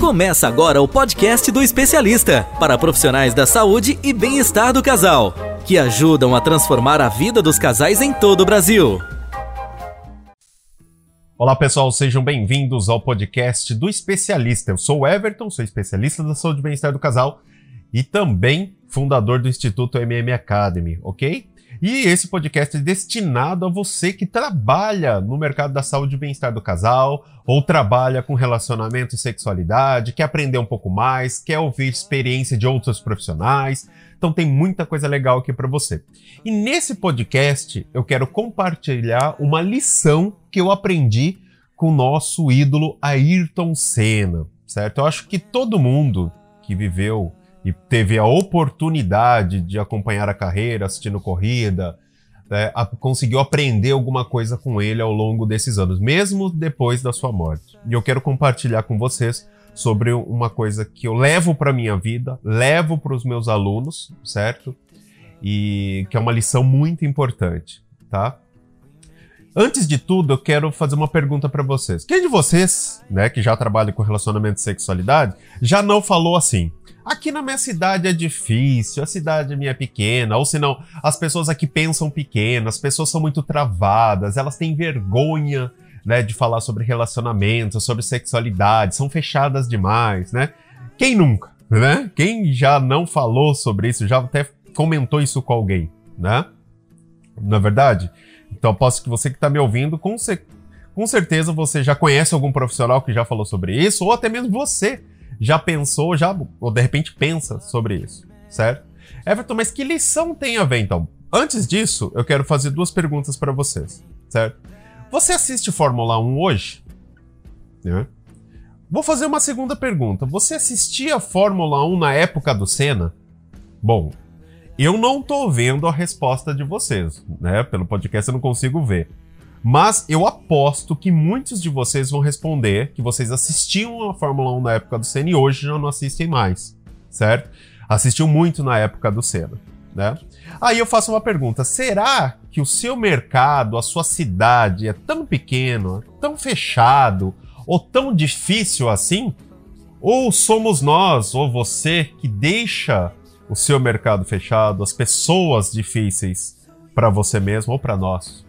Começa agora o podcast do especialista, para profissionais da saúde e bem-estar do casal, que ajudam a transformar a vida dos casais em todo o Brasil. Olá pessoal, sejam bem-vindos ao podcast do especialista. Eu sou o Everton, sou especialista da saúde e bem-estar do casal e também fundador do Instituto MM Academy, ok? E esse podcast é destinado a você que trabalha no mercado da saúde e bem-estar do casal, ou trabalha com relacionamento e sexualidade, quer aprender um pouco mais, quer ouvir experiência de outros profissionais. Então tem muita coisa legal aqui para você. E nesse podcast eu quero compartilhar uma lição que eu aprendi com o nosso ídolo Ayrton Senna, certo? Eu acho que todo mundo que viveu e teve a oportunidade de acompanhar a carreira, assistindo corrida, conseguiu aprender alguma coisa com ele ao longo desses anos, mesmo depois da sua morte. E eu quero compartilhar com vocês sobre uma coisa que eu levo para a minha vida, levo para os meus alunos, certo? E que é uma lição muito importante, tá? Antes de tudo, eu quero fazer uma pergunta para vocês. Quem de vocês, que já trabalha com relacionamento e sexualidade, já não falou assim: aqui na minha cidade é difícil, a cidade minha é pequena, ou senão, as pessoas aqui pensam pequeno, as pessoas são muito travadas, elas têm vergonha, de falar sobre relacionamento, sobre sexualidade, são fechadas demais, né? Quem nunca, né? Quem já não falou sobre isso, já até comentou isso com alguém, né? Na verdade? Então, aposto que você que está me ouvindo, com certeza você já conhece algum profissional que já falou sobre isso, ou até mesmo você já pensou, ou de repente pensa sobre isso, certo? Everton, mas que lição tem a ver, então? Antes disso, eu quero fazer duas perguntas para vocês, certo? Você assiste Fórmula 1 hoje? Vou fazer uma segunda pergunta. Você assistia Fórmula 1 na época do Senna? Bom, eu não tô vendo a resposta de vocês, Pelo podcast eu não consigo ver. Mas eu aposto que muitos de vocês vão responder que vocês assistiam a Fórmula 1 na época do Senna e hoje já não assistem mais, certo? Assistiam muito na época do Senna, Aí eu faço uma pergunta: será que o seu mercado, a sua cidade é tão pequeno, tão fechado ou tão difícil assim? Ou somos nós, ou você, que deixa o seu mercado fechado, as pessoas difíceis para você mesmo ou para nós,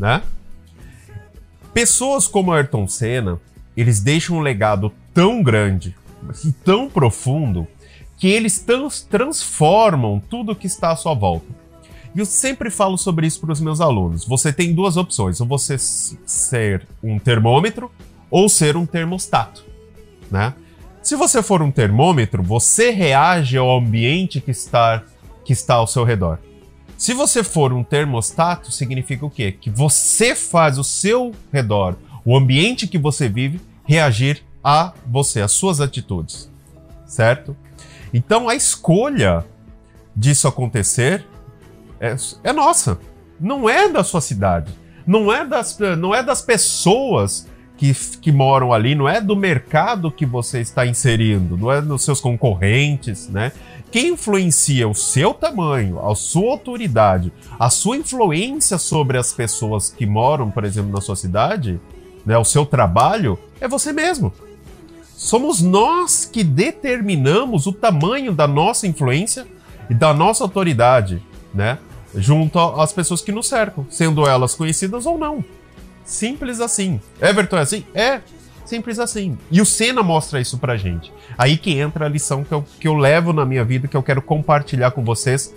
Pessoas como Ayrton Senna, eles deixam um legado tão grande e tão profundo que eles transformam tudo que está à sua volta. E eu sempre falo sobre isso para os meus alunos. Você tem duas opções: ou você ser um termômetro ou ser um termostato, Se você for um termômetro, você reage ao ambiente que está ao seu redor. Se você for um termostato, significa o quê? Que você faz o seu redor, o ambiente que você vive, reagir a você, às suas atitudes, certo? Então a escolha disso acontecer é nossa, não é da sua cidade, não é das pessoas que moram ali, não é do mercado que você está inserindo, não é dos seus concorrentes, Quem influencia o seu tamanho, a sua autoridade, a sua influência sobre as pessoas que moram, por exemplo, na sua cidade, o seu trabalho, é você mesmo. Somos nós que determinamos o tamanho da nossa influência e da nossa autoridade, junto às pessoas que nos cercam, sendo elas conhecidas ou não. Simples assim. Everton, é assim? É simples assim. E o Senna mostra isso pra gente. Aí que entra a lição que eu levo na minha vida, que eu quero compartilhar com vocês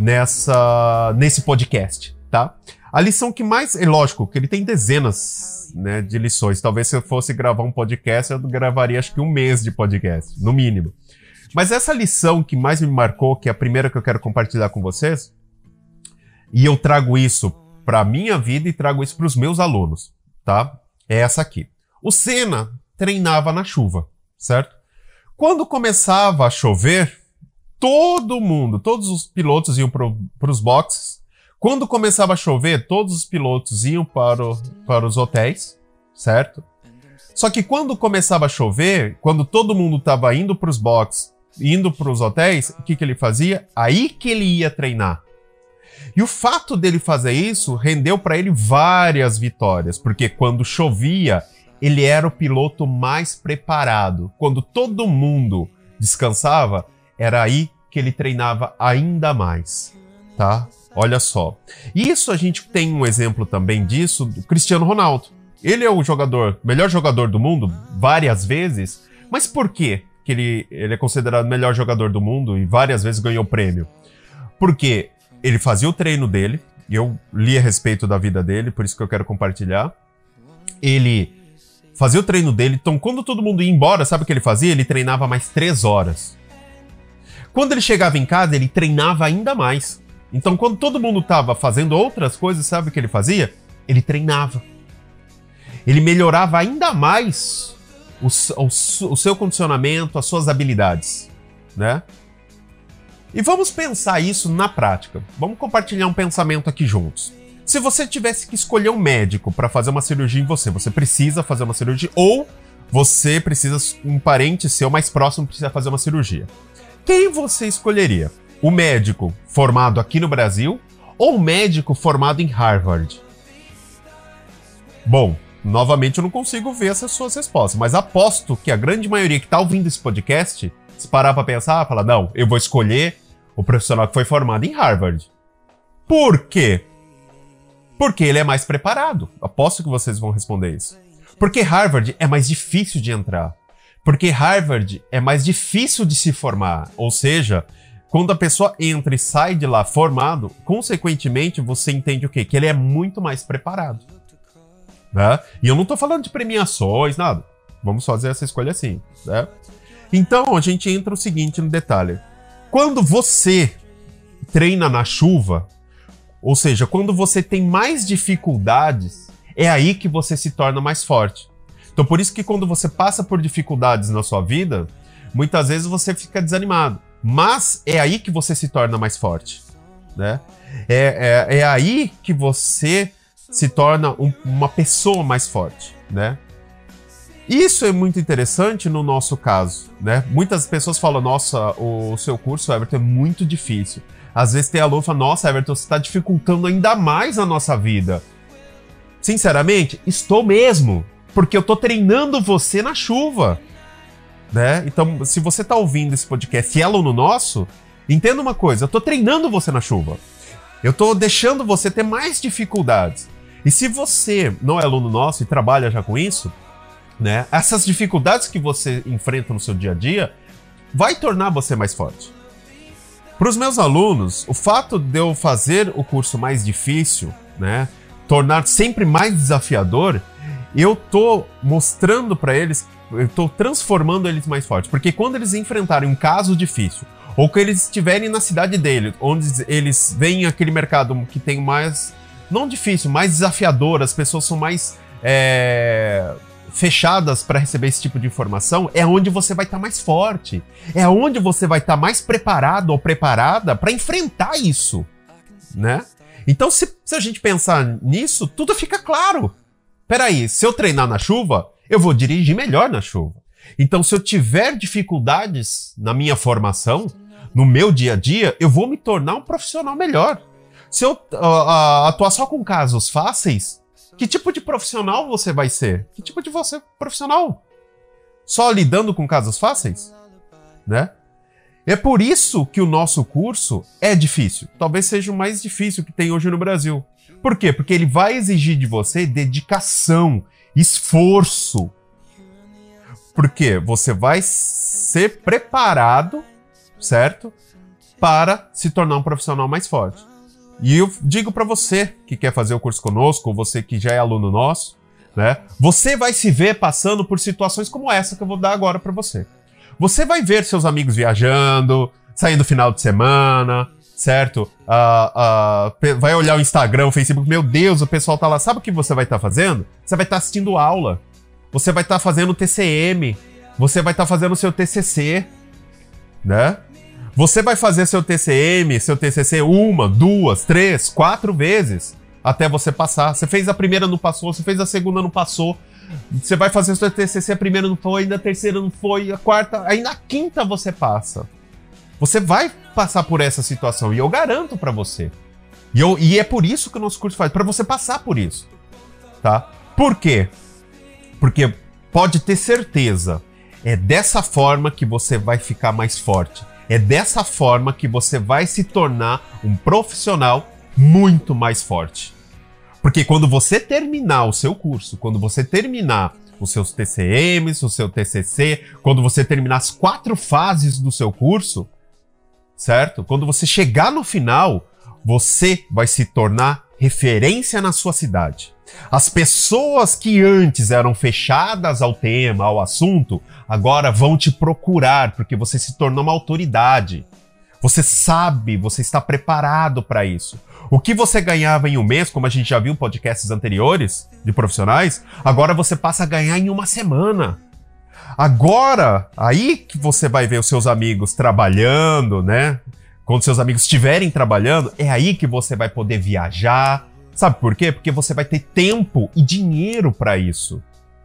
nesse podcast, tá? A lição que mais... É lógico que ele tem dezenas de lições. Talvez se eu fosse gravar um podcast, eu gravaria acho que 1 mês de podcast, no mínimo. Mas essa lição que mais me marcou, que é a primeira que eu quero compartilhar com vocês, e eu trago isso para a minha vida e trago isso para os meus alunos, tá? É essa aqui. O Senna treinava na chuva, certo? Quando começava a chover, todos os pilotos iam para os boxes. Quando começava a chover, todos os pilotos iam para os hotéis, certo? Só que quando começava a chover, quando todo mundo estava indo para os boxes, indo para os hotéis, o que ele fazia? Aí que ele ia treinar. E o fato dele fazer isso rendeu para ele várias vitórias, porque quando chovia, ele era o piloto mais preparado. Quando todo mundo descansava, era aí que ele treinava ainda mais, tá? Olha só. Isso a gente tem um exemplo também disso do Cristiano Ronaldo. Ele é o melhor jogador do mundo várias vezes, mas por quê que ele é considerado o melhor jogador do mundo e várias vezes ganhou prêmio? Porque ele fazia o treino dele, e eu li a respeito da vida dele, por isso que eu quero compartilhar. Ele fazia o treino dele, então quando todo mundo ia embora, sabe o que ele fazia? Ele treinava mais 3 horas. Quando ele chegava em casa, ele treinava ainda mais. Então quando todo mundo estava fazendo outras coisas, sabe o que ele fazia? Ele treinava. Ele melhorava ainda mais o seu condicionamento, as suas habilidades, né? E vamos pensar isso na prática. Vamos compartilhar um pensamento aqui juntos. Se você tivesse que escolher um médico para fazer uma cirurgia em você precisa fazer uma cirurgia, ou você precisa, um parente seu mais próximo precisa fazer uma cirurgia. Quem você escolheria? O médico formado aqui no Brasil ou o médico formado em Harvard? Bom, novamente eu não consigo ver essas suas respostas, mas aposto que a grande maioria que está ouvindo esse podcast, se parar para pensar, fala, não, eu vou escolher o profissional que foi formado em Harvard. Por quê? Porque ele é mais preparado. Aposto que vocês vão responder isso. Porque Harvard é mais difícil de entrar. Porque Harvard é mais difícil de se formar. Ou seja, quando a pessoa entra e sai de lá formado, consequentemente você entende o quê? Que ele é muito mais preparado. Né? E eu não tô falando de premiações, nada. Vamos fazer essa escolha assim. Né? Então a gente entra o seguinte no detalhe. Quando você treina na chuva, ou seja, quando você tem mais dificuldades, é aí que você se torna mais forte. Então por isso que quando você passa por dificuldades na sua vida, muitas vezes você fica desanimado. Mas é aí que você se torna mais forte. Né? É aí que você se torna uma pessoa mais forte. Né? Isso é muito interessante no nosso caso, né? Muitas pessoas falam, nossa, o seu curso, Everton, é muito difícil. Às vezes tem aluno que fala, nossa, Everton, você está dificultando ainda mais a nossa vida. Sinceramente, estou mesmo, porque eu estou treinando você na chuva, né? Então, se você está ouvindo esse podcast e é aluno nosso, entenda uma coisa, eu estou treinando você na chuva. Eu estou deixando você ter mais dificuldades. E se você não é aluno nosso e trabalha já com isso, né? Essas dificuldades que você enfrenta no seu dia a dia vai tornar você mais forte. Para os meus alunos, o fato de eu fazer o curso mais difícil, né, tornar sempre mais desafiador, eu tô mostrando para eles, eu tô transformando eles mais fortes. Porque quando eles enfrentarem um caso difícil, ou que eles estiverem na cidade deles, onde eles veem aquele mercado que tem mais, não difícil, mais desafiador, as pessoas são mais fechadas para receber esse tipo de informação, é onde você vai estar mais forte. É onde você vai estar mais preparado ou preparada para enfrentar isso, né? Então, se a gente pensar nisso, tudo fica claro. Peraí, se eu treinar na chuva, eu vou dirigir melhor na chuva. Então, se eu tiver dificuldades na minha formação, no meu dia a dia, eu vou me tornar um profissional melhor. Se eu atuar só com casos fáceis, que tipo de profissional você vai ser? Que tipo de profissional? Só lidando com casos fáceis? Né? É por isso que o nosso curso é difícil. Talvez seja o mais difícil que tem hoje no Brasil. Por quê? Porque ele vai exigir de você dedicação, esforço. Porque você vai ser preparado, certo? Para se tornar um profissional mais forte. E eu digo para você que quer fazer o curso conosco, ou você que já é aluno nosso, né? Você vai se ver passando por situações como essa que eu vou dar agora para você. Você vai ver seus amigos viajando, saindo final de semana, certo? Vai olhar o Instagram, o Facebook, meu Deus, o pessoal tá lá. Sabe o que você vai estar fazendo? Você vai estar assistindo aula. Você vai estar fazendo TCM. Você vai estar fazendo o seu TCC, né? Você vai fazer seu TCM, seu TCC 1, 2, 3, 4 vezes até você passar. Você fez a primeira, não passou. Você fez a segunda, não passou. Você vai fazer seu TCC, a primeira não foi, ainda a terceira não foi, a quarta, aí na quinta você passa. Você vai passar por essa situação e eu garanto pra você. E é por isso que o nosso curso faz, pra você passar por isso, tá? Por quê? Porque pode ter certeza, é dessa forma que você vai ficar mais forte. É dessa forma que você vai se tornar um profissional muito mais forte. Porque quando você terminar o seu curso, quando você terminar os seus TCMs, o seu TCC, quando você terminar as 4 fases do seu curso, certo? Quando você chegar no final, você vai se tornar referência na sua cidade. As pessoas que antes eram fechadas ao tema, ao assunto, agora vão te procurar, porque você se tornou uma autoridade. Você sabe, você está preparado para isso. O que você ganhava em um mês, como a gente já viu em podcasts anteriores de profissionais, agora você passa a ganhar em uma semana. Agora, aí que você vai ver os seus amigos trabalhando, né? Quando seus amigos estiverem trabalhando, é aí que você vai poder viajar. Sabe por quê? Porque você vai ter tempo e dinheiro para isso.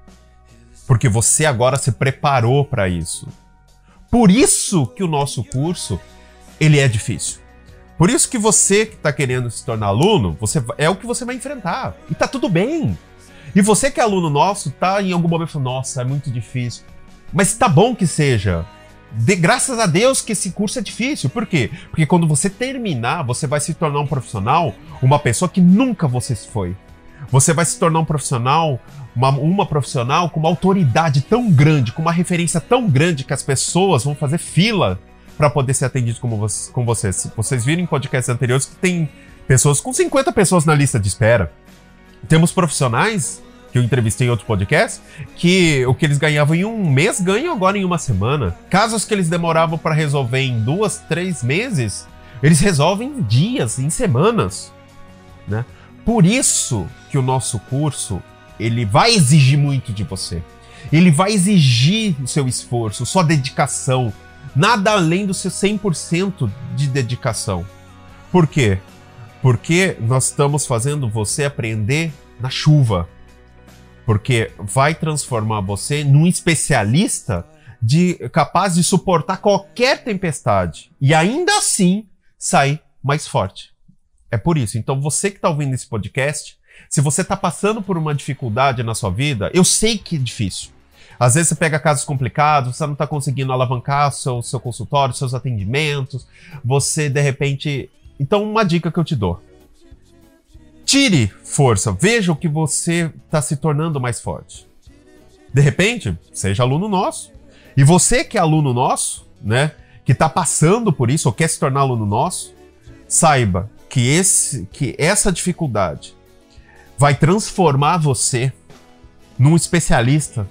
Porque você agora se preparou para isso. Por isso que o nosso curso, ele é difícil. Por isso que você que está querendo se tornar aluno, é o que você vai enfrentar. E tá tudo bem. E você que é aluno nosso, tá em algum momento falando, nossa, é muito difícil. Mas tá bom que seja. Graças a Deus que esse curso é difícil. Por quê? Porque quando você terminar, você vai se tornar um profissional, uma pessoa que nunca você foi. Você vai se tornar um profissional, uma profissional com uma autoridade tão grande, com uma referência tão grande que as pessoas vão fazer fila para poder ser atendidos com vocês. Vocês viram em podcasts anteriores que tem pessoas com 50 pessoas na lista de espera. Temos profissionais que eu entrevistei em outro podcast, que o que eles ganhavam em um mês, ganham agora em uma semana. Casos que eles demoravam para resolver em 2, 3 meses, eles resolvem em dias, em semanas, né? Por isso que o nosso curso, ele vai exigir muito de você. Ele vai exigir o seu esforço, sua dedicação, nada além do seu 100% de dedicação. Por quê? Porque nós estamos fazendo você aprender na chuva. Porque vai transformar você num especialista capaz de suportar qualquer tempestade. E ainda assim, sair mais forte. É por isso. Então, você que está ouvindo esse podcast, se você está passando por uma dificuldade na sua vida, eu sei que é difícil. Às vezes você pega casos complicados, você não está conseguindo alavancar o seu consultório, seus atendimentos. Você, de repente... Então, uma dica que eu te dou. Tire força, veja o que você está se tornando mais forte. De repente, seja aluno nosso. E você que é aluno nosso, né, que está passando por isso ou quer se tornar aluno nosso, saiba que essa dificuldade vai transformar você num especialista,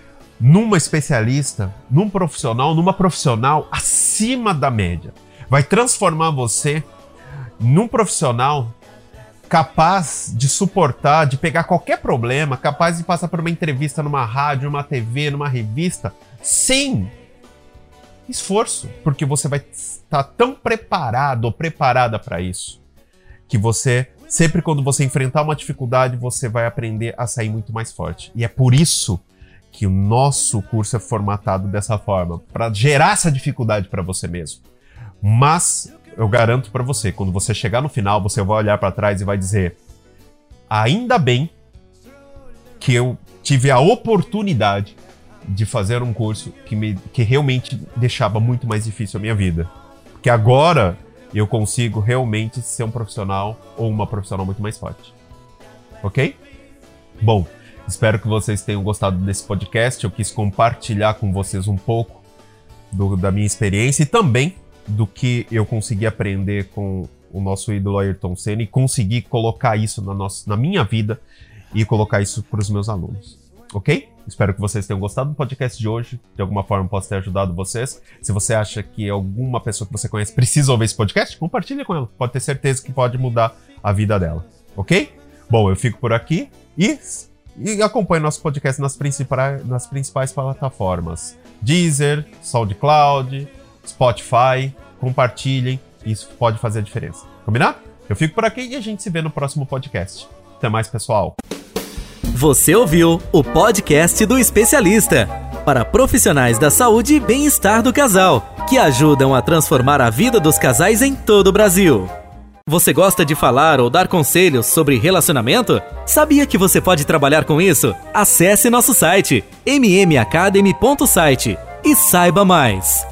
num profissional, numa profissional acima da média. Vai transformar você num profissional capaz de suportar, de pegar qualquer problema, capaz de passar por uma entrevista numa rádio, numa TV, numa revista, sem esforço, porque você vai estar tão preparado ou preparada para isso, que você, sempre quando você enfrentar uma dificuldade, você vai aprender a sair muito mais forte. E é por isso que o nosso curso é formatado dessa forma, para gerar essa dificuldade para você mesmo. Mas eu garanto para você, quando você chegar no final, você vai olhar para trás e vai dizer: ainda bem que eu tive a oportunidade de fazer um curso que realmente deixava muito mais difícil a minha vida. Porque agora eu consigo realmente ser um profissional ou uma profissional muito mais forte. Ok? Bom, espero que vocês tenham gostado desse podcast. Eu quis compartilhar com vocês um pouco da minha experiência e também do que eu consegui aprender com o nosso ídolo Ayrton Senna e conseguir colocar isso na minha vida e colocar isso para os meus alunos. Ok? Espero que vocês tenham gostado do podcast de hoje. De alguma forma posso ter ajudado vocês. Se você acha que alguma pessoa que você conhece precisa ouvir esse podcast, compartilhe com ela. Pode ter certeza que pode mudar a vida dela. Ok? Bom, eu fico por aqui e acompanhe nosso podcast nas principais plataformas. Deezer, SoundCloud, Spotify. Compartilhem. Isso pode fazer a diferença. Combinado? Eu fico por aqui e a gente se vê no próximo podcast. Até mais, pessoal. Você ouviu o podcast do especialista, para profissionais da saúde e bem-estar do casal, que ajudam a transformar a vida dos casais em todo o Brasil. Você gosta de falar ou dar conselhos sobre relacionamento? Sabia que você pode trabalhar com isso? Acesse nosso site mmacademy.site e saiba mais.